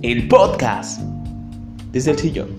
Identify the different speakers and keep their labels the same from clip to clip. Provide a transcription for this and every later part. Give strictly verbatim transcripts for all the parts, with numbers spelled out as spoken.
Speaker 1: el podcast desde el sillón.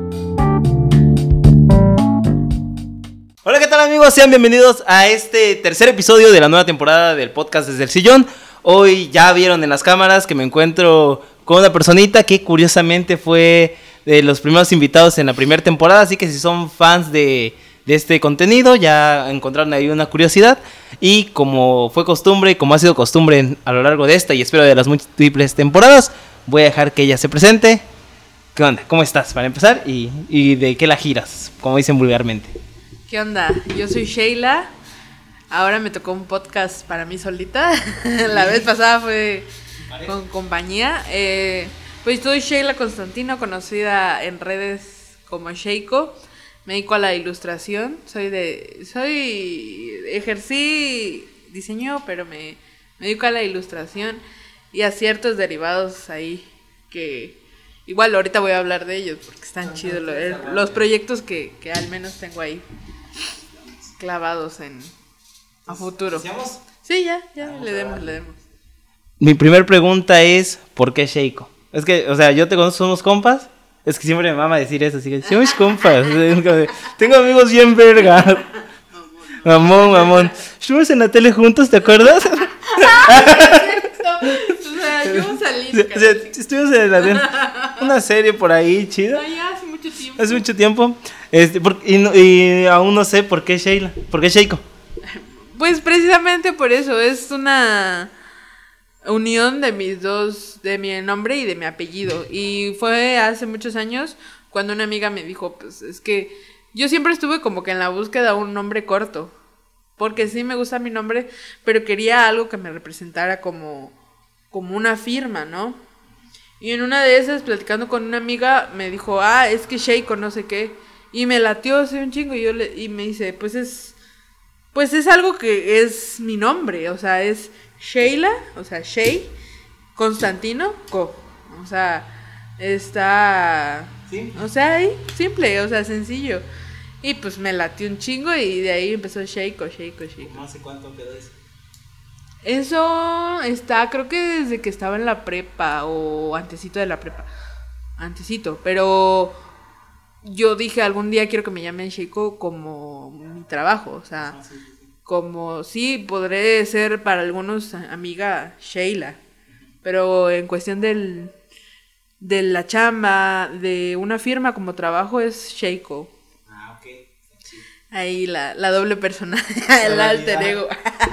Speaker 1: Hola, ¿qué tal amigos? Sean bienvenidos a este tercer episodio de la nueva temporada del podcast desde el sillón. Hoy ya vieron en las cámaras que me encuentro con una personita que curiosamente fue de los primeros invitados en la primera temporada, así que si son fans de, de este contenido ya encontraron ahí una curiosidad. Y como fue costumbre y como ha sido costumbre en, a lo largo de esta y espero de las múltiples temporadas, voy a dejar que ella se presente. ¿Qué onda? ¿Cómo estás? Para empezar, y, y de qué la giras, como dicen vulgarmente.
Speaker 2: ¿Qué onda? Yo soy Sheila. Ahora me tocó un podcast para mí solita. La vez pasada fue con compañía. Eh, pues soy Sheila Constantino, conocida en redes como Sheiko. Me dedico a la ilustración. Soy de, soy ejercí diseño, pero me, me dedico a la ilustración y a ciertos derivados ahí que igual ahorita voy a hablar de ellos porque están no, chidos no, los, los proyectos que, que al menos tengo ahí clavados en a futuro. ¿Iniciamos? Sí, ya, ya, Vamos le demos, le demos.
Speaker 1: Mi primer pregunta es, ¿por qué Sheiko? Es que, o sea, yo te conozco, somos compas. Es que siempre me mama decir eso, así que somos compas. Tengo amigos bien verga. Mamón, mamón. Estuvimos en la tele juntos, ¿te acuerdas?
Speaker 2: O sea, yo salí.
Speaker 1: O sea, estuvimos en la, una serie por ahí, chida.
Speaker 2: No, ya hace mucho tiempo.
Speaker 1: Hace mucho tiempo. Este, por, y, y aún no sé por qué Sheila. ¿Por qué Sheiko?
Speaker 2: Pues precisamente por eso, es una unión de mis dos, de mi nombre y de mi apellido. Y fue hace muchos años cuando una amiga me dijo, pues es que yo siempre estuve como que en la búsqueda de un nombre corto. Porque sí me gusta mi nombre, pero quería algo que me representara como, como una firma, ¿no? Y en una de esas, platicando con una amiga, me dijo, ah, es que Sheiko no sé qué. Y me latió así un chingo y, yo le, y me dice, pues es... Pues es algo que es mi nombre, o sea, es Sheila, o sea, Shey, Constantino, Co. O sea, está... ¿Sí? O sea, ahí, simple, o sea, sencillo. Y pues me latió un chingo y de ahí empezó Sheiko, Sheiko, Sheiko.
Speaker 1: ¿Hace cuánto quedó eso?
Speaker 2: Eso está, creo que desde que estaba en la prepa o antesito de la prepa. Antesito, pero... Yo dije, algún día quiero que me llamen Sheiko como mi trabajo, o sea, como, sí, podré ser para algunos amiga Sheila, pero en cuestión del, de la chamba, de una firma como trabajo es Sheiko.
Speaker 1: Ah, ok. Sí.
Speaker 2: Ahí la, la doble personalidad, el alter ego.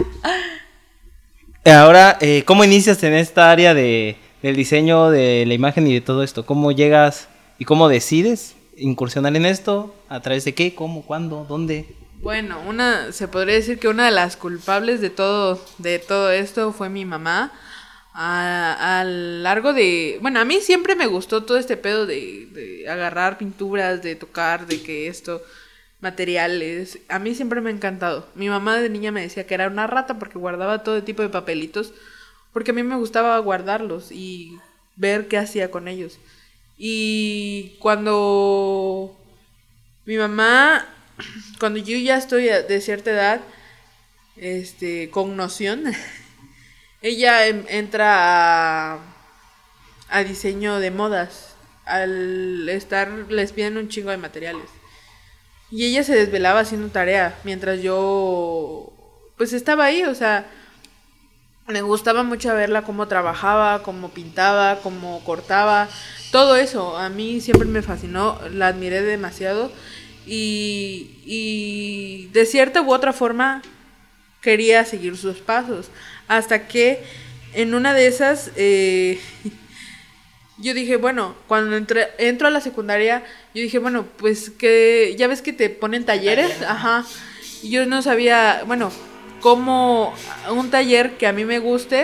Speaker 1: Ahora, eh, ¿cómo inicias en esta área de, del diseño, de la imagen y de todo esto? ¿Cómo llegas y cómo decides incursionar en esto? ¿A través de qué? ¿Cómo? ¿Cuándo? ¿Dónde?
Speaker 2: Bueno, una se podría decir que una de las culpables de todo de todo esto fue mi mamá. A, a largo de... Bueno, a mí siempre me gustó todo este pedo de, de agarrar pinturas, de tocar, de que esto, materiales. A mí siempre me ha encantado. Mi mamá de niña me decía que era una rata porque guardaba todo tipo de papelitos, porque a mí me gustaba guardarlos y ver qué hacía con ellos. Y cuando mi mamá, cuando yo ya estoy de cierta edad, este, con noción, ella entra a, a diseño de modas. Al estar, les piden un chingo de materiales. Y ella se desvelaba haciendo tarea, mientras yo, pues estaba ahí, o sea, me gustaba mucho verla cómo trabajaba, cómo pintaba, cómo cortaba. Todo eso a mí siempre me fascinó, la admiré demasiado y, y de cierta u otra forma quería seguir sus pasos. Hasta que en una de esas eh, yo dije, bueno, cuando entré, entro a la secundaria, yo dije, bueno, pues que ya ves que te ponen talleres, ajá, y yo no sabía, bueno, cómo un taller que a mí me guste,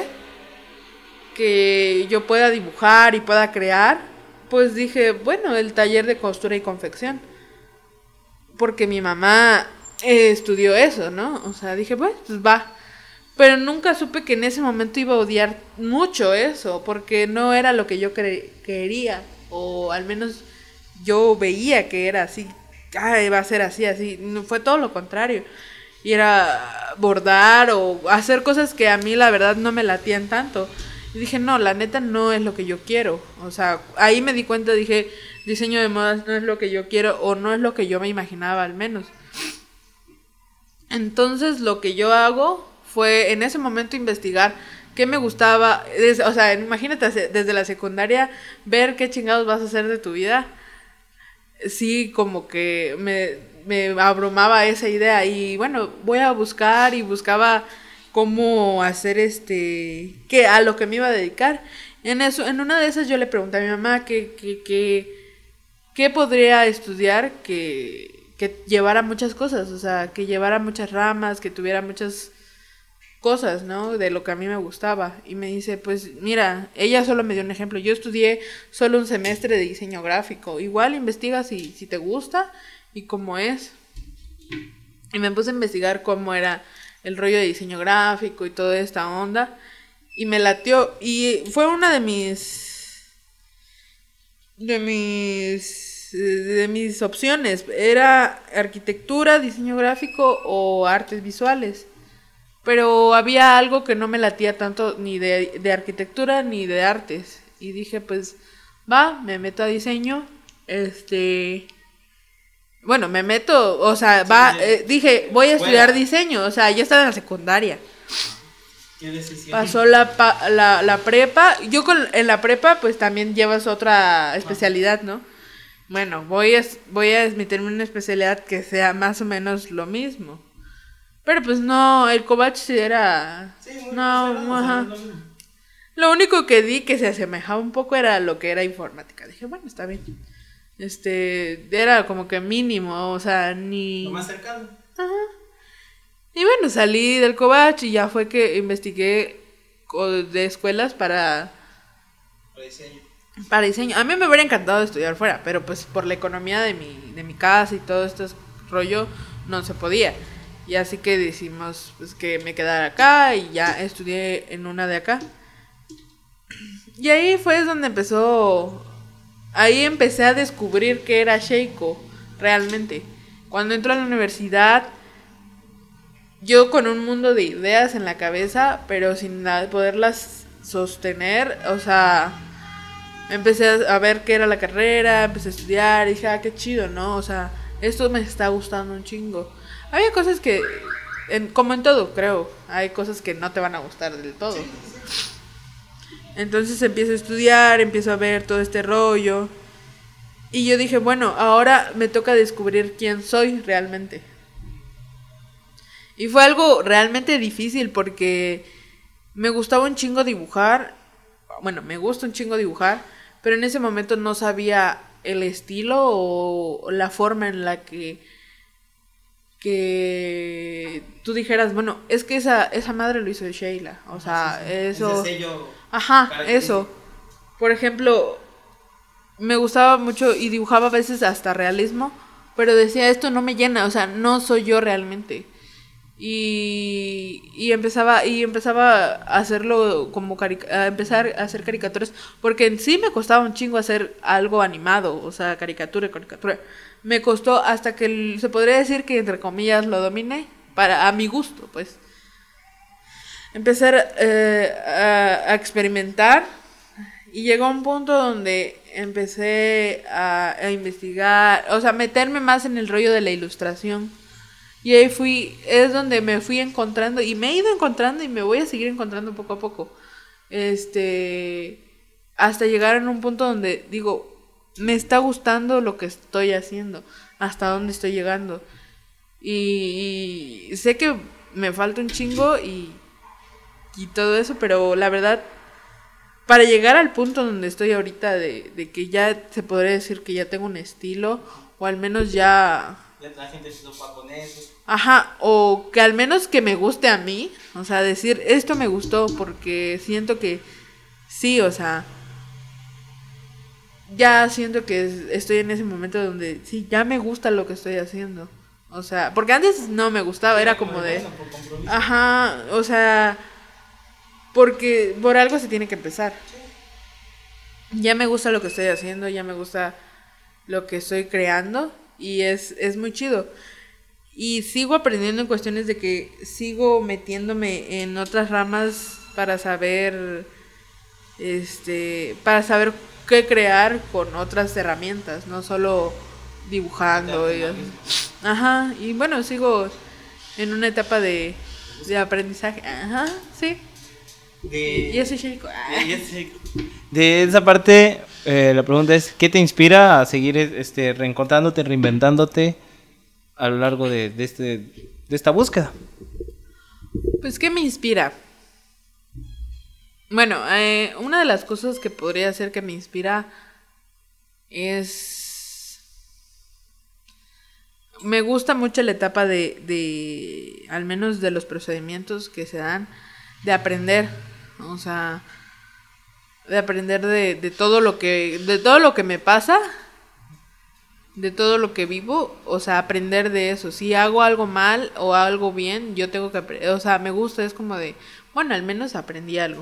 Speaker 2: que yo pueda dibujar y pueda crear. Pues dije, bueno, el taller de costura y confección. Porque mi mamá eh, estudió eso, ¿no? O sea, dije, bueno, pues va. Pero nunca supe que en ese momento iba a odiar mucho eso, porque no era lo que yo cre- quería. O al menos yo veía que era así. Ah, iba a ser así, así. Fue todo lo contrario. Y era bordar o hacer cosas que a mí la verdad no me latían tanto. Y dije, no, la neta no es lo que yo quiero. O sea, ahí me di cuenta, dije, diseño de modas no es lo que yo quiero o no es lo que yo me imaginaba al menos. Entonces lo que yo hago fue en ese momento investigar qué me gustaba. O sea, imagínate desde la secundaria ver qué chingados vas a hacer de tu vida. Sí, como que me, me abrumaba esa idea y bueno, voy a buscar y buscaba cómo hacer este, qué, a lo que me iba a dedicar. En eso, en una de esas yo le pregunté a mi mamá qué, qué, qué, qué podría estudiar que, que llevara muchas cosas, o sea, que llevara muchas ramas, que tuviera muchas cosas, ¿no? De lo que a mí me gustaba. Y me dice, pues mira, ella solo me dio un ejemplo. Yo estudié solo un semestre de diseño gráfico. Igual investiga si, si te gusta y cómo es. Y me puse a investigar cómo era el rollo de diseño gráfico y toda esta onda. Y me latió. Y fue una de mis... De mis... De mis opciones. Era arquitectura, diseño gráfico o artes visuales. Pero había algo que no me latía tanto ni de, de arquitectura ni de artes. Y dije, pues, va, me meto a diseño. Este... Bueno, me meto, o sea, sí, va, eh, dije, voy a estudiar fuera. Diseño. O sea, ya estaba en la secundaria.
Speaker 1: ¿Qué decisión?
Speaker 2: Pasó la, la, la prepa. Yo con, en la prepa, pues, también llevas otra especialidad, ¿no? Bueno, voy a, voy a meterme en una especialidad que sea más o menos lo mismo. Pero pues no, el Covach sí era... Sí, muy no, ajá. Lo, lo único que di que se asemejaba un poco era lo que era informática. Dije, bueno, está bien. Este, era como que mínimo, o sea, ni...
Speaker 1: Lo más cercano.
Speaker 2: Ajá. Y bueno, salí del Covach y ya fue que investigué de escuelas para...
Speaker 1: Para diseño.
Speaker 2: Para diseño. A mí me hubiera encantado estudiar fuera, pero pues por la economía de mi, de mi casa y todo este rollo no se podía. Y así que decimos pues, que me quedara acá y ya estudié en una de acá. Y ahí fue donde empezó... Ahí empecé a descubrir qué era Sheiko, realmente. Cuando entré a la universidad, yo con un mundo de ideas en la cabeza, pero sin poderlas sostener, o sea, empecé a ver qué era la carrera, empecé a estudiar y dije, ah, qué chido, ¿no? O sea, esto me está gustando un chingo. Había cosas que, en, como en todo, creo, hay cosas que no te van a gustar del todo. Entonces empiezo a estudiar, empiezo a ver todo este rollo. Y yo dije, bueno, ahora me toca descubrir quién soy realmente. Y fue algo realmente difícil porque me gustaba un chingo dibujar. Bueno, me gusta un chingo dibujar, pero en ese momento no sabía el estilo o la forma en la que... que tú dijeras, bueno, es que esa esa madre lo hizo Sheila, o sea, sí, sí. Eso,
Speaker 1: ese sello,
Speaker 2: ajá, eso. Por ejemplo, me gustaba mucho y dibujaba a veces hasta realismo, pero decía, esto no me llena, o sea, no soy yo realmente. Y, y empezaba y empezaba a hacerlo como caric- a empezar a hacer caricaturas, porque en sí me costaba un chingo hacer algo animado, o sea, caricatura, caricatura. Me costó hasta que se podría decir que entre comillas lo dominé para a mi gusto, pues. Empezar eh, a, a experimentar y llegó a un punto donde empecé a, a investigar, o sea, meterme más en el rollo de la ilustración. Y ahí fui, es donde me fui encontrando y me he ido encontrando y me voy a seguir encontrando poco a poco. Este, hasta llegar a un punto donde digo, me está gustando lo que estoy haciendo, hasta dónde estoy llegando. Y, y sé que me falta un chingo y, y todo eso, pero la verdad, para llegar al punto donde estoy ahorita de, de que ya se podría decir que ya tengo un estilo, o al menos ya...
Speaker 1: La gente se topa con eso.
Speaker 2: Ajá, o que al menos que me guste a mí, o sea, decir, esto me gustó porque siento que sí, o sea... Ya siento que estoy en ese momento donde sí, ya me gusta lo que estoy haciendo. O sea, porque antes no me gustaba, era como de... Ajá, o sea, porque por algo se tiene que empezar. Ya me gusta lo que estoy haciendo, ya me gusta lo que estoy creando y es, es muy chido. Y sigo aprendiendo en cuestiones de que sigo metiéndome en otras ramas para saber este, para saber qué crear con otras herramientas, no solo dibujando. Y, ajá, y bueno, sigo en una etapa de, de aprendizaje. Ajá, sí.
Speaker 1: De,
Speaker 2: y ese chico.
Speaker 1: De esa parte, eh, la pregunta es, ¿qué te inspira a seguir este, reencontrándote, reinventándote a lo largo de, de, este, de esta búsqueda?
Speaker 2: Pues, ¿qué me inspira? Bueno, eh, una de las cosas que podría ser que me inspira es... Me gusta mucho la etapa de, de, al menos de los procedimientos que se dan, de aprender, o sea, de aprender de, de todo lo que, de todo lo que me pasa, de todo lo que vivo, o sea, aprender de eso. Si hago algo mal o algo bien, yo tengo que aprender, o sea, me gusta, es como de, bueno, al menos aprendí algo.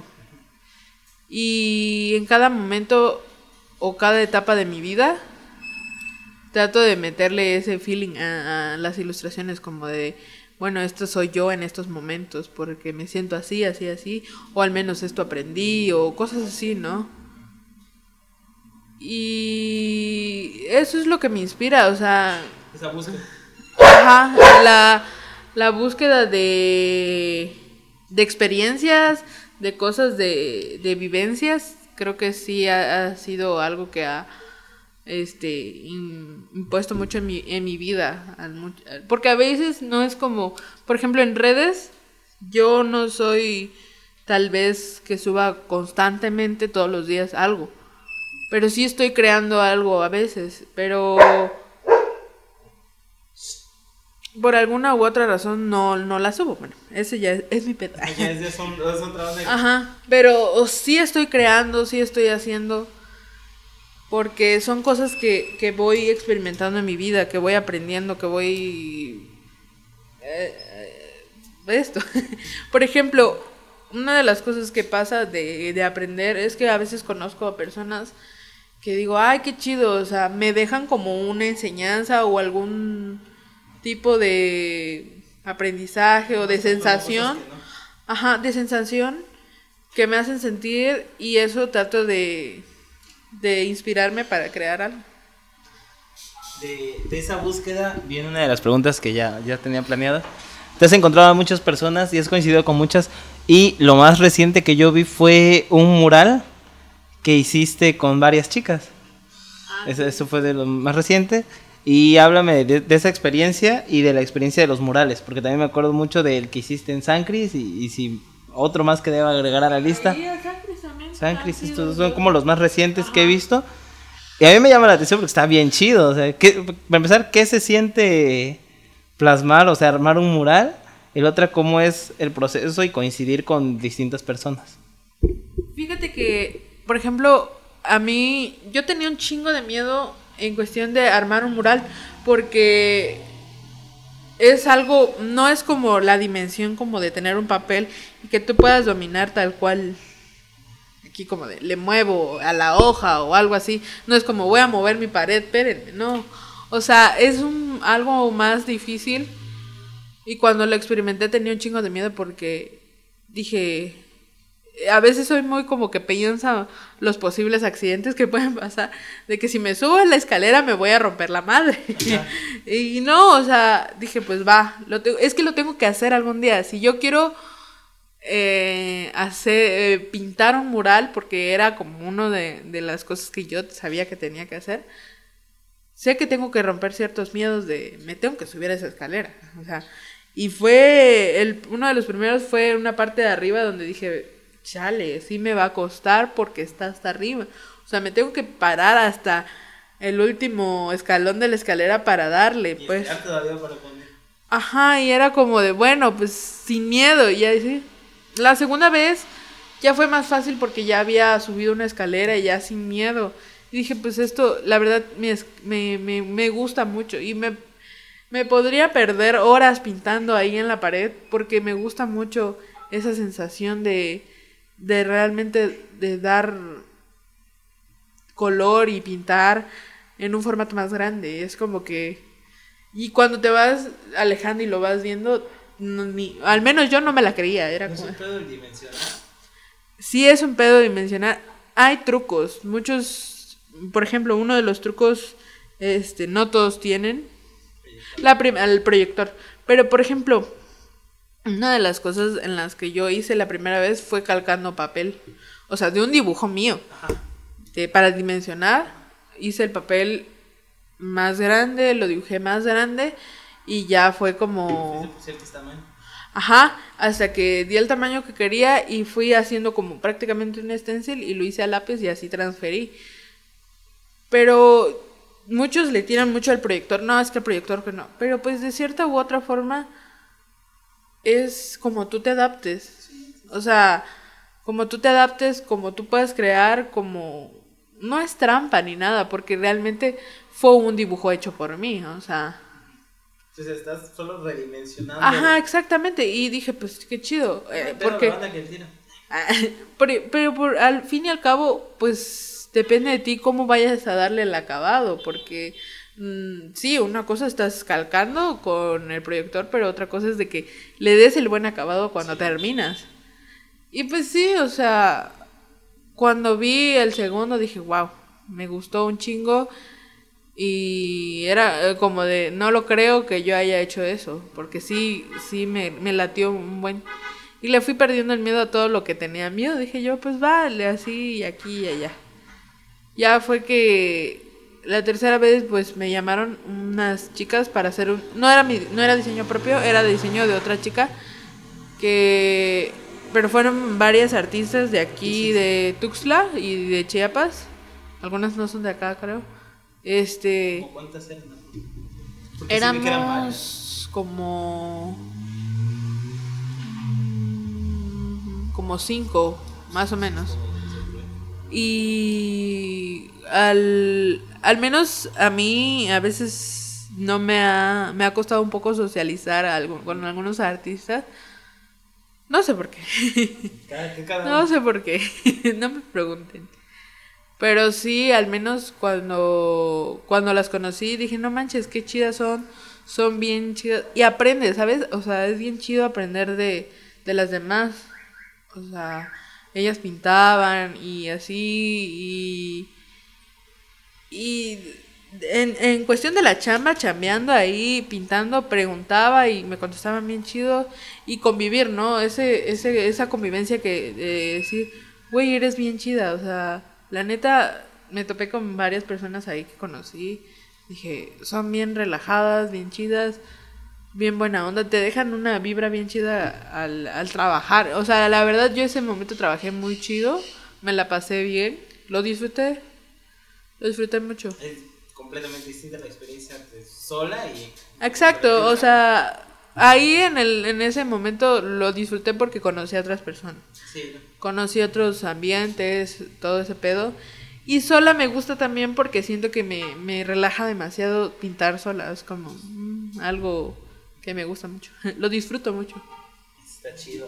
Speaker 2: Y en cada momento o cada etapa de mi vida trato de meterle ese feeling a, a las ilustraciones, como de, bueno, esto soy yo en estos momentos porque me siento así, así, así, o al menos esto aprendí, o cosas así, ¿no? Y eso es lo que me inspira, o sea...
Speaker 1: Esa búsqueda.
Speaker 2: Ajá, la, la búsqueda de, de experiencias, de cosas, de, de vivencias, creo que sí ha, ha sido algo que ha este in, impuesto mucho en mi, en mi vida, al, porque a veces no es como, por ejemplo, en redes, yo no soy tal vez que suba constantemente todos los días algo, pero sí estoy creando algo a veces, pero por alguna u otra razón no, no la subo. Bueno, ese ya es, es mi pedo.
Speaker 1: Ya es, es, un, es otra onda.
Speaker 2: Ajá, pero sí estoy creando, sí estoy haciendo, porque son cosas que, que voy experimentando en mi vida, que voy aprendiendo, que voy... Eh, eh, esto. Por ejemplo, una de las cosas que pasa de, de aprender es que a veces conozco a personas que digo, ay, qué chido, o sea, me dejan como una enseñanza o algún tipo de aprendizaje o de sensación, ajá, de sensación que me hacen sentir, y eso trato de, de inspirarme para crear algo.
Speaker 1: De, de esa búsqueda viene una de las preguntas que ya, ya tenía planeada. Te has encontrado a muchas personas y has coincidido con muchas, y lo más reciente que yo vi fue un mural que hiciste con varias chicas. Ah, eso, eso fue de lo más reciente. Y háblame de, de esa experiencia y de la experiencia de los murales, porque también me acuerdo mucho del que hiciste en San Cris, y, y si otro más que deba agregar a la lista.
Speaker 2: Sí, San Cris también.
Speaker 1: San Cris, estos son como los más recientes. Ajá. Que he visto. Y a mí me llama la atención porque está bien chido. O sea, ¿qué, para empezar, ¿qué se siente plasmar, o sea, armar un mural? Y la otra, ¿cómo es el proceso y coincidir con distintas personas?
Speaker 2: Fíjate que, por ejemplo, a mí, yo tenía un chingo de miedo en cuestión de armar un mural, porque es algo, no es como la dimensión como de tener un papel y que tú puedas dominar tal cual, aquí como de le muevo a la hoja o algo así, no es como voy a mover mi pared, espérenme, no, o sea, es un algo más difícil, y cuando lo experimenté tenía un chingo de miedo porque dije, a veces soy muy como que piensa los posibles accidentes que pueden pasar, de que si me subo a la escalera me voy a romper la madre. Y no, o sea, dije, pues va, lo te- es que lo tengo que hacer algún día. Si yo quiero eh, hacer eh, pintar un mural, porque era como uno de, de las cosas que yo sabía que tenía que hacer, sé que tengo que romper ciertos miedos de me tengo que subir a esa escalera, o sea, y fue el, uno de los primeros fue una parte de arriba donde dije, chale, sí me va a costar porque está hasta arriba. O sea, me tengo que parar hasta el último escalón de la escalera para darle, y pues.
Speaker 1: Todavía para poner.
Speaker 2: Ajá, y era como de, bueno, pues sin miedo. Y ya sí. La segunda vez ya fue más fácil porque ya había subido una escalera y ya sin miedo. Y dije, pues esto, la verdad, me, me, me, me gusta mucho. Y me, me podría perder horas pintando ahí en la pared porque me gusta mucho esa sensación de... de realmente de dar color y pintar en un formato más grande. Es como que, y cuando te vas alejando y lo vas viendo, no, ni, al menos yo no me la creía, era
Speaker 1: ¿No
Speaker 2: como,
Speaker 1: es un pedo el dimensionar?
Speaker 2: sí es un pedo dimensionar. Hay trucos, muchos, por ejemplo, uno de los trucos, este, no todos tienen la prim- el proyector. Pero, por ejemplo, una de las cosas en las que yo hice la primera vez fue calcando papel. O sea, de un dibujo mío. De, para dimensionar, hice el papel más grande, lo dibujé más grande y ya fue como... Ajá, hasta que di el tamaño que quería y fui haciendo como prácticamente un stencil y lo hice a lápiz y así transferí. Pero muchos le tiran mucho al proyector. No, es que el proyector que no. Pero pues de cierta u otra forma es como tú te adaptes. O sea, como tú te adaptes, como tú puedas crear, como... No es trampa ni nada, porque realmente fue un dibujo hecho por mí, o sea...
Speaker 1: Entonces estás solo redimensionando.
Speaker 2: Ajá, exactamente, y dije, pues qué chido, eh, porque... pero, pero por, al fin y al cabo, pues depende de ti cómo vayas a darle el acabado, porque... Mm, sí, una cosa estás calcando con el proyector, pero otra cosa es de que le des el buen acabado cuando sí. terminas. Y pues sí, o sea... Cuando vi el segundo dije, wow, me gustó un chingo y era como de, no lo creo que yo haya hecho eso, porque sí, sí me, me latió un buen... Y le fui perdiendo el miedo a todo lo que tenía miedo, dije yo, pues vale, así y aquí y allá. Ya fue que la tercera vez pues me llamaron unas chicas para hacer un... No era, mi, no era diseño propio, era diseño de otra chica que... Pero fueron varias artistas de aquí, de Tuxtla y de Chiapas. Algunas no son de acá, creo. Este.
Speaker 1: ¿Cómo cuántas eran?
Speaker 2: Éramos sí eran como. Como cinco, más o menos. Y. Al, al menos a mí, a veces no me ha, me ha costado un poco socializar algo, con algunos artistas. No sé por qué.
Speaker 1: Cada, cada
Speaker 2: no sé por qué. No me pregunten. Pero sí, al menos cuando cuando las conocí, dije, no manches, qué chidas son. Son bien chidas. Y aprendes, ¿sabes? O sea, es bien chido aprender de, de las demás. O sea, ellas pintaban y así. Y, y en, en cuestión de la chamba, chambeando ahí, pintando, preguntaba y me contestaban bien chido. Y convivir, ¿no? Ese, ese, esa convivencia que de decir, güey, eres bien chida. O sea, la neta, me topé con varias personas ahí que conocí. Dije, son bien relajadas, bien chidas, bien buena onda. Te dejan una vibra bien chida al, al trabajar. O sea, la verdad, yo ese momento trabajé muy chido. Me la pasé bien. Lo disfruté. Lo disfruté mucho.
Speaker 1: Es completamente distinta la experiencia de sola y...
Speaker 2: Exacto, o sea... Ahí en el en ese momento lo disfruté porque conocí a otras personas. Sí. Conocí otros ambientes, todo ese pedo. Y sola me gusta también porque siento que me, me relaja demasiado pintar sola. Es como mm, algo que me gusta mucho. Lo disfruto mucho.
Speaker 1: Está chido.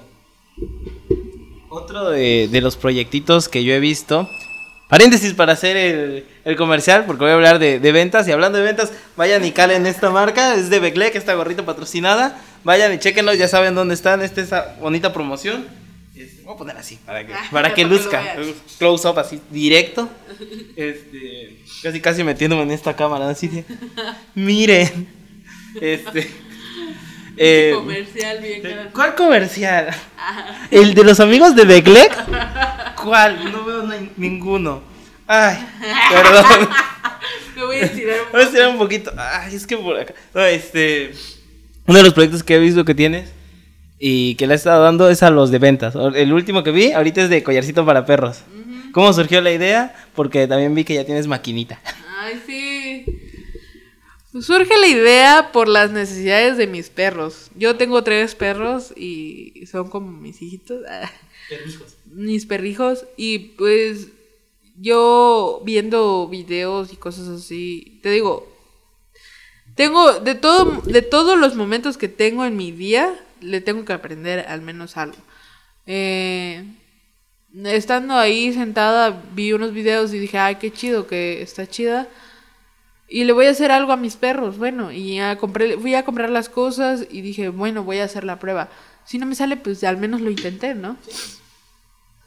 Speaker 1: Otro de, de los proyectitos que yo he visto... Paréntesis para hacer el, el comercial, porque voy a hablar de, de ventas. Y hablando de ventas, vayan y calen esta marca. Es de Beclec, esta gorrita patrocinada. Vayan y chequenlo, ya saben dónde están. Esta es esa bonita promoción. Este, voy a poner así, para que, para que luzca. Close up, así, directo. Este, casi, casi metiéndome en esta cámara. Así de, miren. Este, eh,
Speaker 2: comercial bien grande.
Speaker 1: ¿Cuál comercial? ¿El de los amigos de Beclec? ¿Cuál? No veo na- ninguno. Ay, perdón.
Speaker 2: Me voy a estirar un poco.
Speaker 1: Voy a estirar un poquito. Ay, es que por acá. No, este. Uno de los proyectos que he visto que tienes y que le he estado dando es a los de ventas. El último que vi ahorita es de collarcito para perros. Uh-huh. ¿Cómo surgió la idea? Porque también vi que ya tienes maquinita.
Speaker 2: Ay, sí. Surge la idea por las necesidades de mis perros. Yo tengo tres perros y son como mis hijitos.
Speaker 1: Perrijos.
Speaker 2: Mis perrijos. Y pues yo viendo videos y cosas así, te digo, tengo de todo, de todos los momentos que tengo en mi día, le tengo que aprender al menos algo. Eh, estando ahí sentada, vi unos videos y dije, ay, qué chido, que está chida. Y le voy a hacer algo a mis perros, bueno, y ya compré, fui a comprar las cosas y dije, bueno, voy a hacer la prueba. Si no me sale, pues al menos lo intenté, ¿no?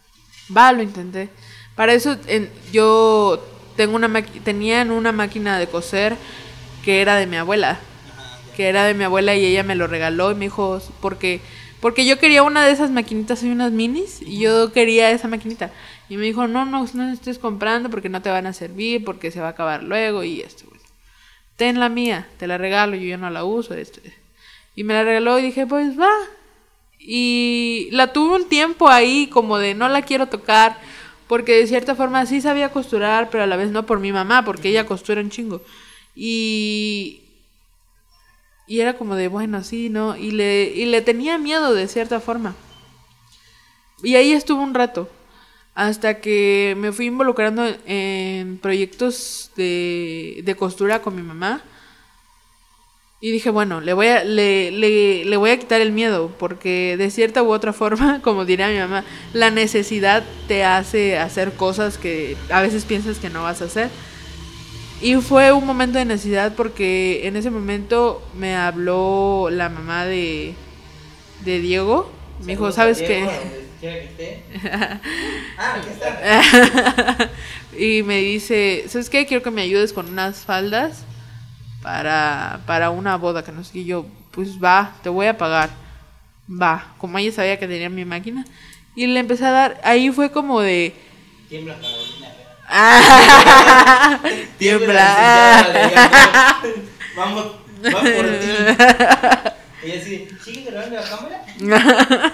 Speaker 2: Va, lo intenté. Para eso en, yo tengo una maqui- tenía en una máquina de coser que era de mi abuela. Que era de mi abuela y ella me lo regaló y me dijo, porque, porque yo quería una de esas maquinitas, hay unas minis, y yo quería esa maquinita. Y me dijo, no, no, no estés comprando porque no te van a servir, porque se va a acabar luego y esto. Bueno, ten la mía, te la regalo, yo ya no la uso. Esto. Y me la regaló y dije, pues va. Y la tuve un tiempo ahí como de no la quiero tocar, porque de cierta forma sí sabía costurar, pero a la vez no por mi mamá, porque ella costura un chingo. Y... Y era como de, bueno, sí, ¿no? Y le, y le tenía miedo de cierta forma. Y ahí estuve un rato. Hasta que me fui involucrando en proyectos de, de costura con mi mamá. Y dije, bueno, le voy, a, le, le, le voy a quitar el miedo. Porque de cierta u otra forma, como diría mi mamá, la necesidad te hace hacer cosas que a veces piensas que no vas a hacer. Y fue un momento de necesidad porque en ese momento me habló la mamá de, de Diego. Me dijo, ¿sabes qué?
Speaker 1: Ah, aquí está.
Speaker 2: Y me dice, ¿sabes qué? Quiero que me ayudes con unas faldas para, para una boda, que no sé qué. Y yo, pues va, te voy a pagar. Va, como ella sabía que tenía mi máquina. Y le empecé a dar, ahí fue como de...
Speaker 1: Tiembla, Carolina.
Speaker 2: Ah,
Speaker 1: tiembla. Vamos, vamos por ti. Ella así, ¿sigue grabando la cámara?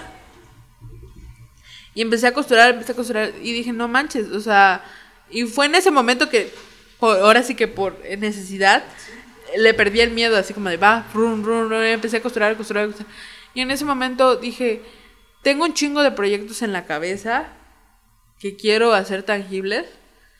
Speaker 2: Y empecé a costurar, empecé a costurar y dije, no manches, o sea, y fue en ese momento que, por, ahora sí que por necesidad, le perdí el miedo, así como de, va, rum, rum, rum, y empecé a costurar, a costurar, a costurar. Y en ese momento dije, tengo un chingo de proyectos en la cabeza que quiero hacer tangibles,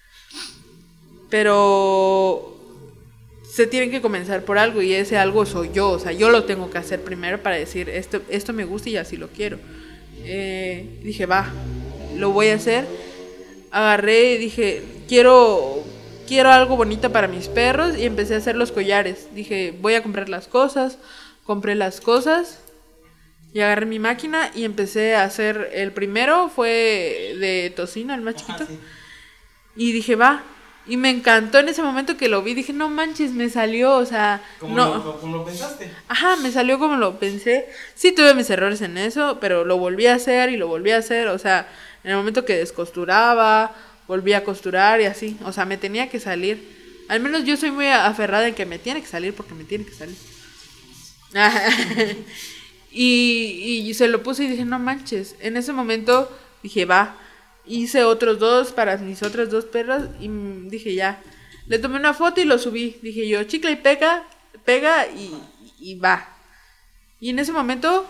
Speaker 2: pero se tienen que comenzar por algo y ese algo soy yo, o sea, yo lo tengo que hacer primero para decir, esto, esto me gusta y así lo quiero. Eh, dije, va, lo voy a hacer. Agarré y dije, quiero, quiero algo bonito para mis perros y empecé a hacer los collares. Dije, voy a comprar las cosas, compré las cosas y agarré mi máquina y empecé a hacer, el primero fue de tocino, el más chiquito. Ajá, sí. Y dije, va. Y me encantó en ese momento que lo vi. Dije, no manches, me salió, o sea...
Speaker 1: ¿Cómo,
Speaker 2: no,
Speaker 1: lo, ¿Cómo lo pensaste?
Speaker 2: Ajá, me salió como lo pensé. Sí tuve mis errores en eso, pero lo volví a hacer y lo volví a hacer. O sea, en el momento que descosturaba, volví a costurar y así. O sea, me tenía que salir. Al menos yo soy muy aferrada en que me tiene que salir porque me tiene que salir. y, y se lo puse y dije, no manches. En ese momento dije, va... Hice otros dos para mis otras dos perras y dije ya. Le tomé una foto y lo subí. Dije yo, chicle y pega, pega y, y va. Y en ese momento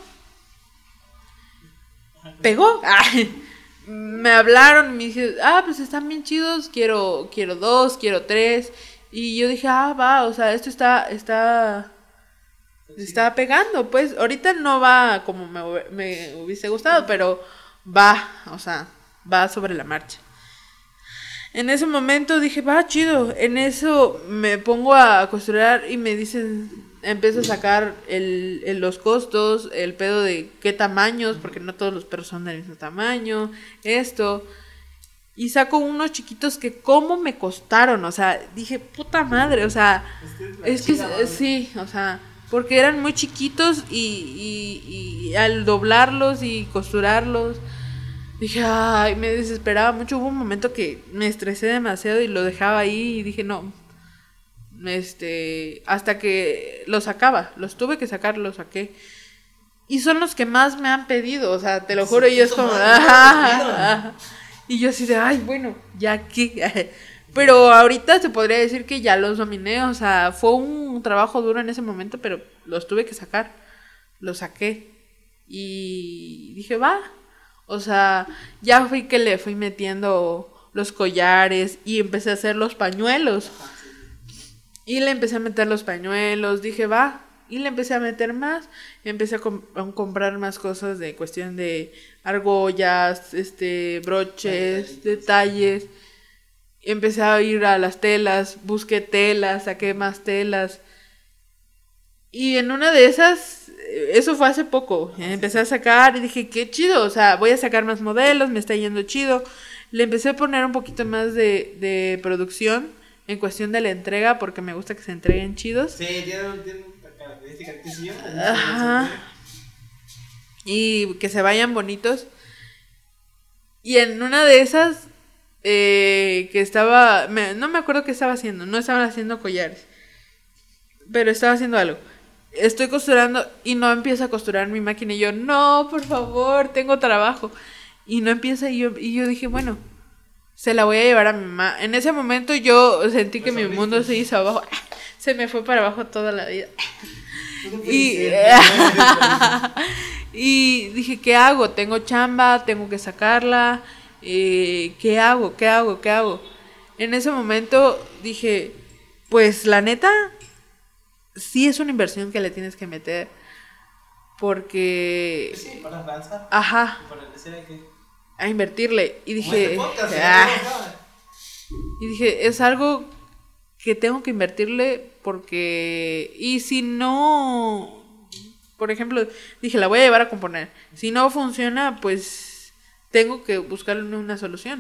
Speaker 2: pegó. Me hablaron y me dijeron, ah, pues están bien chidos, quiero, quiero dos, quiero tres. Y yo dije, ah, va, o sea, esto está, está, está pegando. Pues ahorita no va como me, me hubiese gustado, pero va, o sea... va sobre la marcha. En ese momento dije, va, chido. En eso me pongo a costurar y me dicen, empiezo a sacar el, el, los costos, el pedo de qué tamaños, porque no todos los perros son del mismo tamaño, esto. Y saco unos chiquitos que cómo me costaron, o sea, dije, puta madre, o sea, es que, es que sí, o sea, porque eran muy chiquitos y, y, y al doblarlos y costurarlos, dije, ay, me desesperaba mucho. Hubo un momento que me estresé demasiado y lo dejaba ahí y dije, no, este, hasta que los sacaba, los tuve que sacar, los saqué. Y son los que más me han pedido, o sea, te lo juro, sí, y es como, ah, y yo así de, ay, bueno, ya que, pero ahorita se podría decir que ya los dominé, o sea, fue un trabajo duro en ese momento, pero los tuve que sacar, los saqué y dije, va. O sea, ya fui que le fui metiendo los collares y empecé a hacer los pañuelos. Y le empecé a meter los pañuelos, dije, va. Y le empecé a meter más. Empecé a, com- a comprar más cosas de cuestión de argollas, este, broches, detalles. Empecé a ir a las telas, busqué telas, saqué más telas. Y en una de esas, eso fue hace poco, empecé a sacar y dije, qué chido, o sea, voy a sacar más modelos, me está yendo chido. Le empecé a poner un poquito más de, de producción en cuestión de la entrega, porque me gusta que se entreguen chidos.
Speaker 1: Sí, tiene, tiene una característica que sí,
Speaker 2: ajá. Y que se vayan bonitos. Y en una de esas, eh, que estaba, me, no me acuerdo qué estaba haciendo, no estaba haciendo collares, pero estaba haciendo algo. Estoy costurando y no empieza a costurar mi máquina y yo, no, por favor, tengo trabajo. Y no empieza y yo, y yo dije, bueno, se la voy a llevar a mi mamá. En ese momento yo sentí que mi mundo se hizo abajo, se me fue para abajo toda la vida. Y, y dije, ¿qué hago? Tengo chamba, tengo que sacarla, eh, ¿qué hago? ¿Qué hago? ¿Qué hago? En ese momento dije, pues la neta, sí es una inversión que le tienes que meter, porque...
Speaker 1: Sí, para avanzar.
Speaker 2: Ajá.
Speaker 1: Para decir que...
Speaker 2: a invertirle. Y dije,
Speaker 1: este podcast,
Speaker 2: ah, y dije, es algo que tengo que invertirle porque... Y si no... Por ejemplo, dije, la voy a llevar a componer. Si no funciona, pues tengo que buscarle una solución.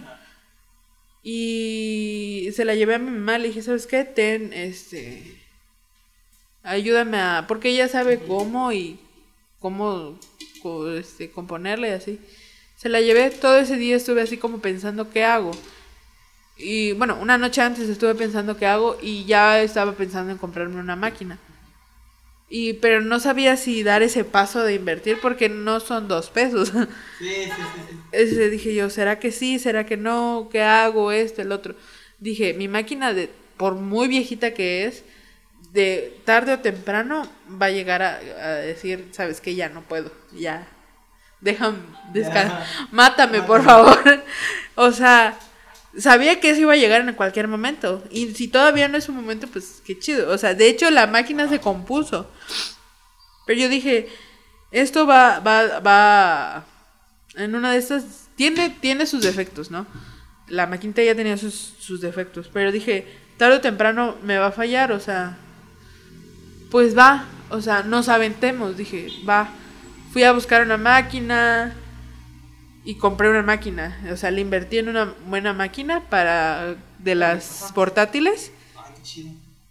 Speaker 2: Y se la llevé a mi mamá, le dije, ¿sabes qué? Ten, este... ayúdame a... Porque ella sabe cómo y cómo este, componerle y así. Se la llevé, todo ese día estuve así como pensando qué hago. Y bueno, una noche antes estuve pensando qué hago y ya estaba pensando en comprarme una máquina. Y pero no sabía si dar ese paso de invertir porque no son dos pesos. Sí, sí, sí, sí. Ese, dije yo, ¿será que sí? ¿Será que no? ¿Qué hago? Esto, el otro. Dije, mi máquina, de por muy viejita que es, de tarde o temprano va a llegar a, a decir, ¿sabes qué? Ya no puedo, ya. Déjame descansar. Mátame, por favor. O sea, sabía que eso iba a llegar en cualquier momento. Y si todavía no es un momento, pues qué chido. O sea, de hecho la máquina se compuso. Pero yo dije, esto va, va, va. En una de estas. Tiene, tiene sus defectos, ¿no? La maquinita ya tenía sus, sus defectos. Pero dije, tarde o temprano me va a fallar. O sea, pues va. O sea, nos aventemos. Dije, va. Fui a buscar una máquina y compré una máquina. O sea, le invertí en una buena máquina para de las portátiles.
Speaker 1: Ay, qué chido.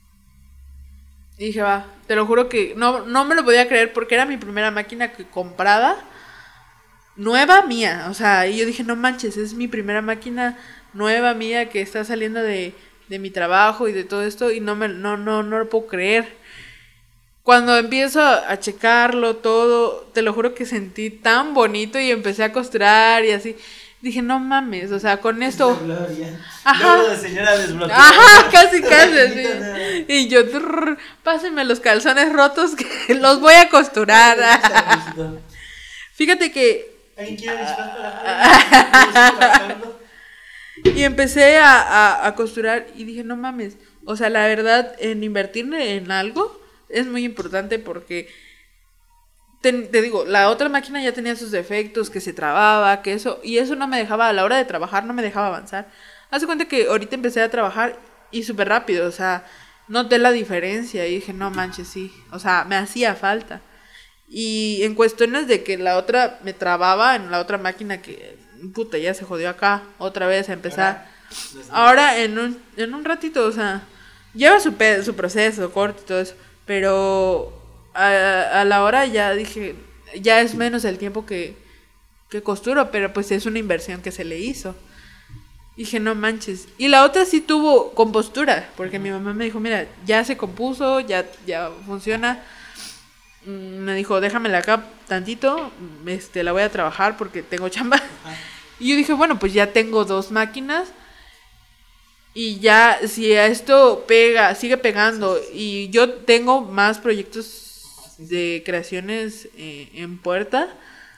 Speaker 2: Y dije, va, te lo juro que no, no me lo podía creer porque era mi primera máquina que comprada, nueva mía. O sea, y yo dije, no manches, es mi primera máquina nueva mía que está saliendo de, de mi trabajo y de todo esto y no, me, no, no, no lo puedo creer. Cuando empiezo a checarlo todo, te lo juro que sentí tan bonito y empecé a costurar y así. Dije, no mames, o sea, con esto...
Speaker 1: Ajá. Luego de señora desbloqueada.
Speaker 2: Ajá, casi, casi. Sí. Y yo, trrr, pásenme los calzones rotos que los voy a costurar. Fíjate que...
Speaker 1: ¿Alguien quiere disparar para
Speaker 2: y empecé a, a, a costurar y dije, no mames, o sea, la verdad, en invertir en algo... es muy importante porque te, te digo, la otra máquina ya tenía sus defectos, que se trababa, que eso, y eso no me dejaba, a la hora de trabajar no me dejaba avanzar. Haz de cuenta que ahorita empecé a trabajar y súper rápido, o sea, noté la diferencia y dije, no manches, sí, o sea, me hacía falta. Y en cuestiones de que la otra me trababa en la otra máquina que, puta, ya se jodió acá, otra vez a empezar. Ahora en un, en un ratito, o sea, lleva su, pe- su proceso, corte y todo eso. Pero a, a la hora ya dije, ya es menos el tiempo que, que costuro, pero pues es una inversión que se le hizo. Dije, no manches. Y la otra sí tuvo compostura, porque mi mamá me dijo, mira, ya se compuso, ya, ya funciona. Me dijo, déjamela acá tantito, este, la voy a trabajar porque tengo chamba. Ajá. Y yo dije, bueno, pues ya tengo dos máquinas. Y ya, si esto pega, sigue pegando, y yo tengo más proyectos de creaciones eh, en puerta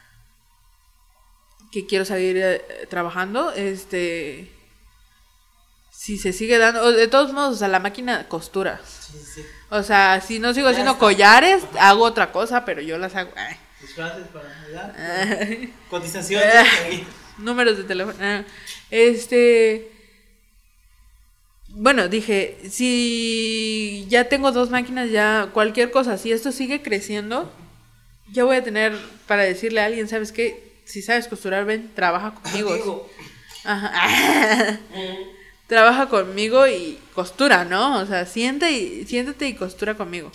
Speaker 2: que quiero seguir eh, trabajando, este, si se sigue dando, de todos modos, o sea, la máquina costura. Sí, sí. O sea, si no sigo haciendo collares, hago otra cosa, pero yo las hago. Ay.
Speaker 1: Disfraces para Navidad. Cotizaciones.
Speaker 2: Números de teléfono. Este... bueno, dije, si ya tengo dos máquinas, ya cualquier cosa, si esto sigue creciendo, ya voy a tener para decirle a alguien, ¿sabes qué? Si sabes costurar, ven, trabaja conmigo. Ajá. Trabaja conmigo y costura, ¿no? O sea, siente y, siéntate y costura conmigo.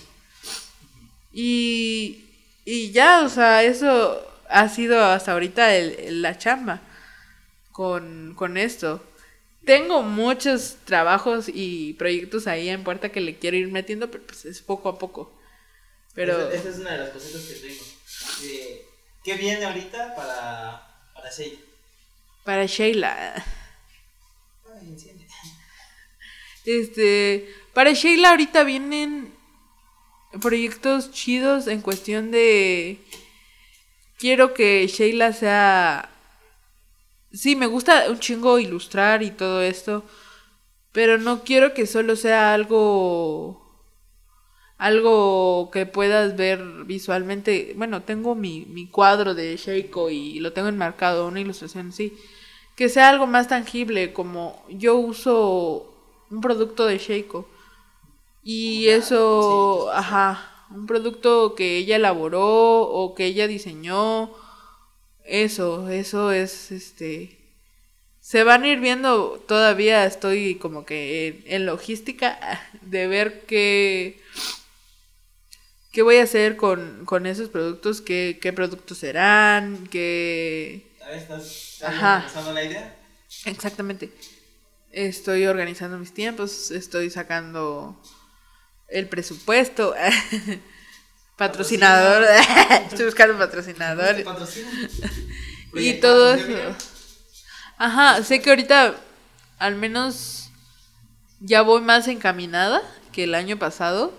Speaker 2: Y, y ya, o sea, eso ha sido hasta ahorita el, el, la chamba con, con esto. Tengo muchos trabajos y proyectos ahí en puerta que le quiero ir metiendo, pero pues es poco a poco. Pero
Speaker 1: esa, esa es una de las cositas que tengo. Eh, ¿Qué viene ahorita para, para Sheila?
Speaker 2: Para Sheila.
Speaker 1: Ay, enciende.
Speaker 2: Este, para Sheila ahorita vienen proyectos chidos en cuestión de... Quiero que Sheila sea... Sí, me gusta un chingo ilustrar y todo esto, pero no quiero que solo sea algo... Algo que puedas ver visualmente. Bueno, tengo mi, mi cuadro de Sheiko y lo tengo enmarcado, una ilustración así. Que sea algo más tangible, como yo uso un producto de Sheiko. Y una, eso, sí, ajá, un producto que ella elaboró o que ella diseñó. Eso, eso es, este... Se van a ir viendo, todavía estoy como que en, en logística de ver qué... ¿Qué voy a hacer con, con esos productos? ¿Qué, qué productos serán? ¿Qué...?
Speaker 1: ¿Estás, estás organizando la idea?
Speaker 2: Exactamente. Estoy organizando mis tiempos, estoy sacando el presupuesto. Patrocinador. Estoy buscando patrocinador. Y todo eso. Ajá, sé que ahorita al menos ya voy más encaminada que el año pasado.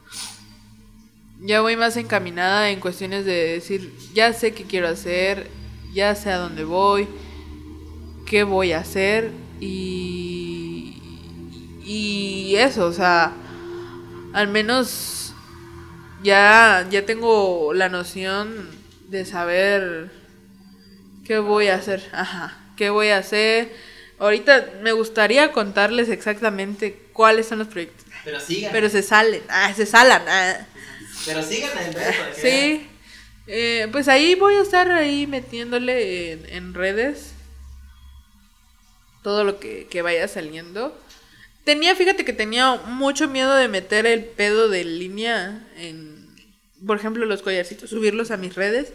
Speaker 2: Ya voy más encaminada en cuestiones de decir, ya sé qué quiero hacer, ya sé a dónde voy, qué voy a hacer y, y eso, o sea, al menos ya, ya tengo la noción de saber qué voy a hacer, ajá, qué voy a hacer. Ahorita me gustaría contarles exactamente cuáles son los proyectos.
Speaker 1: Pero sigan.
Speaker 2: Pero se salen, ah, se salan, ah.
Speaker 1: Pero sigan en redes para que
Speaker 2: sí, eh, pues ahí voy a estar ahí metiéndole en, en redes todo lo que, que vaya saliendo. Tenía, fíjate que tenía mucho miedo de meter el pedo de línea en, por ejemplo, los collarcitos, subirlos a mis redes,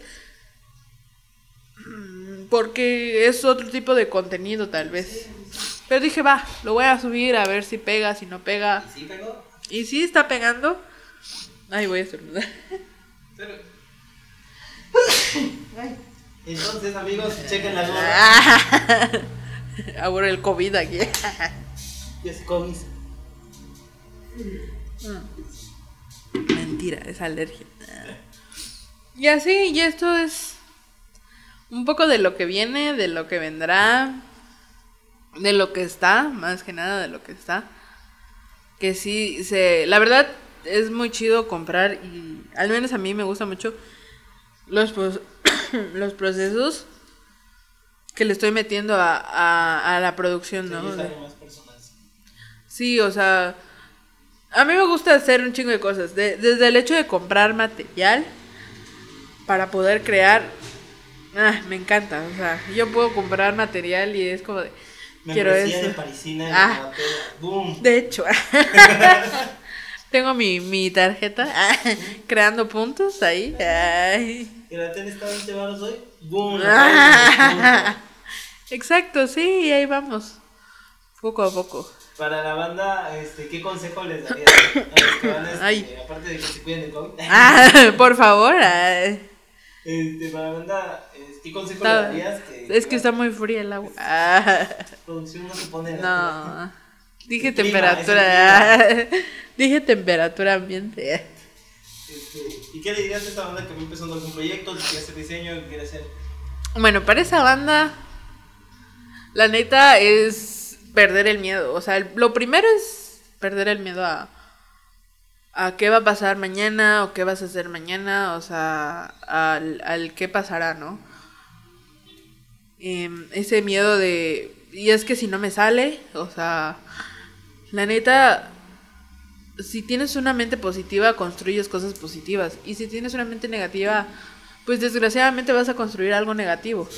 Speaker 2: porque es otro tipo de contenido tal vez. Pero dije, va, lo voy a subir a ver si pega, si no pega.
Speaker 1: ¿Y sí pegó?
Speaker 2: Y sí está pegando. Ay, voy a estornudar.
Speaker 1: Entonces, amigos, chequen la gorra.
Speaker 2: Ahora el COVID aquí.
Speaker 1: Y es COVID.
Speaker 2: Mentira, es alergia. Y así, y esto es un poco de lo que viene, de lo que vendrá, de lo que está, más que nada de lo que está. Que sí, se, la verdad es muy chido comprar y al menos a mí me gusta mucho los, los procesos que le estoy metiendo a, a, a la producción, ¿no?
Speaker 1: Sí, más personas.
Speaker 2: Sí, o sea, a mí me gusta hacer un chingo de cosas, de, desde el hecho de comprar material para poder crear, ah, me encanta, o sea, yo puedo comprar material y es como de,
Speaker 1: me
Speaker 2: quiero eso.
Speaker 1: De parisina,
Speaker 2: ah,
Speaker 1: de, boom.
Speaker 2: de hecho, tengo mi, mi tarjeta, ah, creando puntos ahí, ay.
Speaker 1: ¿Y la tele está veinte baros hoy? Boom.
Speaker 2: Exacto, sí, ahí vamos, poco a poco.
Speaker 1: Para la banda, este, ¿qué consejo les darías a los que van, este, aparte de que se cuiden de COVID?
Speaker 2: Ah, por favor. Ay.
Speaker 1: Este, para la banda, ¿qué consejo le darías? Que,
Speaker 2: es que está muy fría el agua. Ah.
Speaker 1: Producción no se pone en
Speaker 2: No, dije temperatura. Dije temperatura ambiente.
Speaker 1: Este, ¿y qué le dirías a esta banda que va empezando algún proyecto, que quiere hacer diseño, que quiere hacer?
Speaker 2: Bueno, para esa banda, la neta es perder el miedo. O sea, lo primero es perder el miedo a, a qué va a pasar mañana o qué vas a hacer mañana. O sea, al, al qué pasará, ¿no? Eh, ese miedo de, y es que si no me sale, o sea, La neta, si tienes una mente positiva, construyes cosas positivas. Y si tienes una mente negativa, pues desgraciadamente vas a construir algo negativo.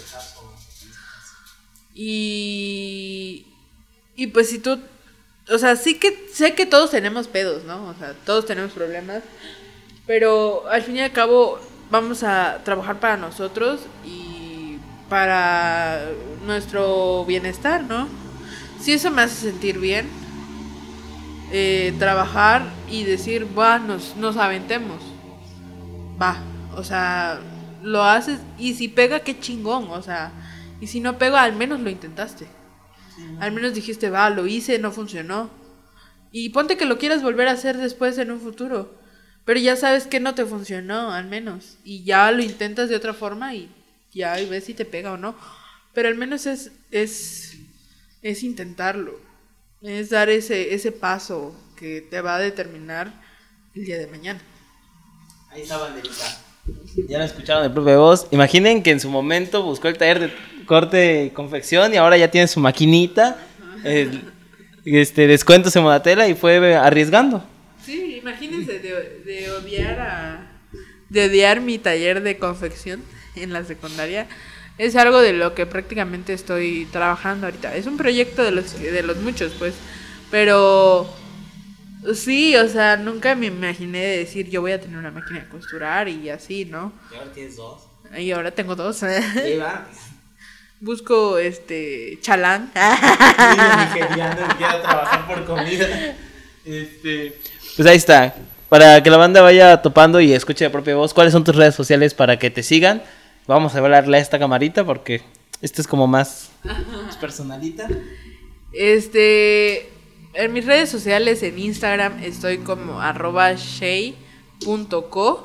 Speaker 2: Y, y pues si tú, o sea, sí que sé que todos tenemos pedos, ¿no? O sea, todos tenemos problemas. Pero al fin y al cabo vamos a trabajar para nosotros y para nuestro bienestar, ¿no? Si eso me hace sentir bien, eh, trabajar y decir, va, nos, nos aventemos. Va, o sea, lo haces y si pega, qué chingón, o sea, y si no pega, al menos lo intentaste. Sí, ¿no? Al menos dijiste, va, lo hice, no funcionó. Y ponte que lo quieras volver a hacer después en un futuro. Pero ya sabes que no te funcionó, al menos. Y ya lo intentas de otra forma y ya ves si te pega o no. Pero al menos es, es, es intentarlo. Es dar ese, ese paso que te va a determinar el día de mañana.
Speaker 1: Ahí está, banderita. Ya lo escucharon de propia voz. Imaginen que en su momento buscó el taller de corte y confección y ahora ya tiene su maquinita, el, este, descuentos en Modatela y fue arriesgando.
Speaker 2: Sí, imagínense de, de odiar a de odiar mi taller de confección en la secundaria. Es algo de lo que prácticamente estoy trabajando ahorita. Es un proyecto de los de los muchos, pues, pero sí, o sea, nunca me imaginé de decir yo voy a tener una máquina de costurar y así, ¿no?
Speaker 1: Y ahora tienes dos.
Speaker 2: Y ahora tengo dos.
Speaker 1: Sí, va.
Speaker 2: Busco este chalán.
Speaker 1: Nigeriano que quiera trabajar por comida. Este, pues ahí está. Para que la banda vaya topando y escuche de propia voz, ¿cuáles son tus redes sociales para que te sigan? Vamos a hablarle a esta camarita porque este es como más, más personalita.
Speaker 2: Este, en mis redes sociales, en Instagram estoy como arroba shey punto co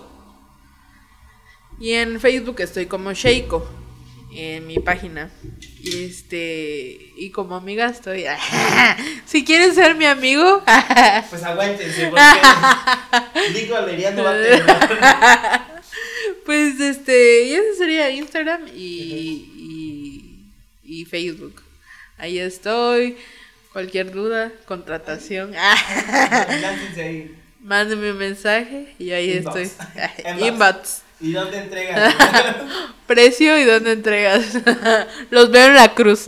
Speaker 2: y en Facebook estoy como Sheiko en mi página. Este, y como amiga estoy. Si quieres ser mi amigo,
Speaker 1: pues aguántense porque Nico Valeria no va a tener.
Speaker 2: Pues este, y eso sería Instagram y, y, y Facebook. Ahí estoy. Cualquier duda, contratación.
Speaker 1: Láncense ahí.
Speaker 2: Mándeme un mensaje y ahí
Speaker 1: Inbox.
Speaker 2: estoy. Inbox.
Speaker 1: ¿Y dónde entregas?
Speaker 2: Precio y dónde entregas. Los veo en la cruz.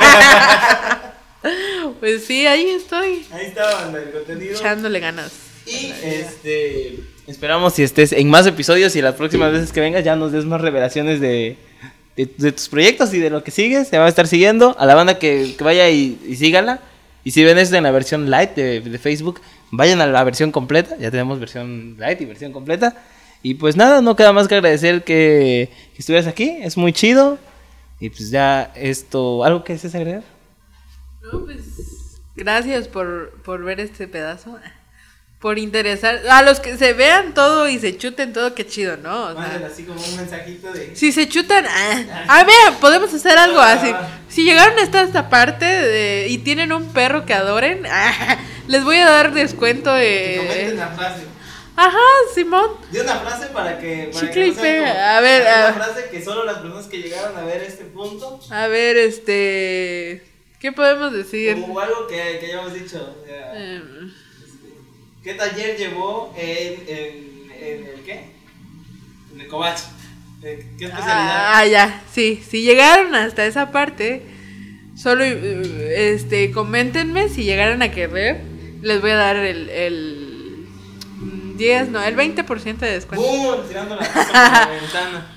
Speaker 2: Pues sí, ahí estoy.
Speaker 1: Ahí está, banda, el contenido.
Speaker 2: Echándole ganas.
Speaker 1: Y este, esperamos si estés en más episodios y las próximas veces que vengas ya nos des más revelaciones de, de, de tus proyectos y de lo que sigues. Se va a estar siguiendo. A la banda que, que vaya y, y síganla. Y si ven esto en la versión light de, de Facebook, vayan a la versión completa. Ya tenemos versión light y versión completa. Y pues nada, no queda más que agradecer que, que estuvieras aquí. Es muy chido. Y pues ya esto, ¿algo que desees agregar?
Speaker 2: No, pues gracias por, por ver este pedazo. Por interesar. A los que se vean todo y se chuten todo, qué chido, ¿no? O sea,
Speaker 1: así como un mensajito de...
Speaker 2: Si se chutan... Ah, a ver, podemos hacer algo así. Si llegaron hasta esta parte de, y tienen un perro que adoren, ah, les voy a dar descuento de...
Speaker 1: Que comenten la frase.
Speaker 2: Ajá, Simón.
Speaker 1: Di una frase para que... Para
Speaker 2: Chicle
Speaker 1: que
Speaker 2: y
Speaker 1: no
Speaker 2: pega.
Speaker 1: como,
Speaker 2: A ver,
Speaker 1: una
Speaker 2: a-
Speaker 1: frase que solo las personas que llegaron a ver este punto...
Speaker 2: A ver, este... ¿Qué podemos decir?
Speaker 1: O algo que, que hayamos dicho. O sea,
Speaker 2: Em,
Speaker 1: ¿qué taller llevó en, en, en el qué? En el Covach. ¿Qué especialidad?
Speaker 2: Ah, ya, sí. Si llegaron hasta esa parte, solo eh, este, coméntenme si llegaron a querer. Les voy a dar el, el diez, no, el veinte por ciento de descuento.
Speaker 1: ¡Bum! Tirando la cosa por la ventana.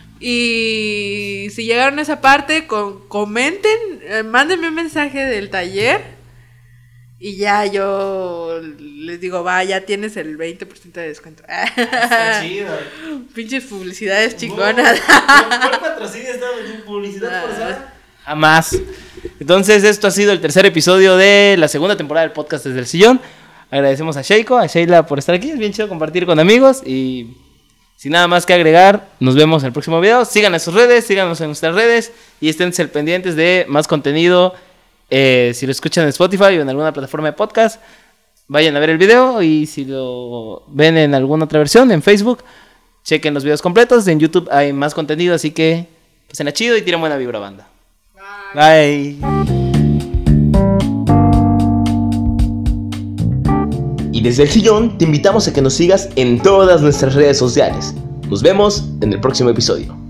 Speaker 2: Y si llegaron a esa parte, con, comenten, eh, mándenme un mensaje del taller. Y ya yo les digo, va, ya tienes el veinte por ciento de descuento.
Speaker 1: Está chido.
Speaker 2: Pinches publicidades chingonas.
Speaker 1: ¿Cuál patrocinio está metiendo publicidad forzada? Jamás. Entonces, esto ha sido el tercer episodio de la segunda temporada del podcast Desde el Sillón. Agradecemos a Sheiko, a Sheila por estar aquí. Es bien chido compartir con amigos. Y sin nada más que agregar, nos vemos en el próximo video. Sigan en sus redes, síganos en nuestras redes y estén pendientes de más contenido. Eh, si lo escuchan en Spotify o en alguna plataforma de podcast, vayan a ver el video. Y si lo ven en alguna otra versión, en Facebook, chequen los videos completos. En YouTube hay más contenido, así que pasen a chido y tiren buena vibra, banda. Bye. Bye.
Speaker 3: Y desde el sillón te invitamos a que nos sigas en todas nuestras redes sociales. Nos vemos en el próximo episodio.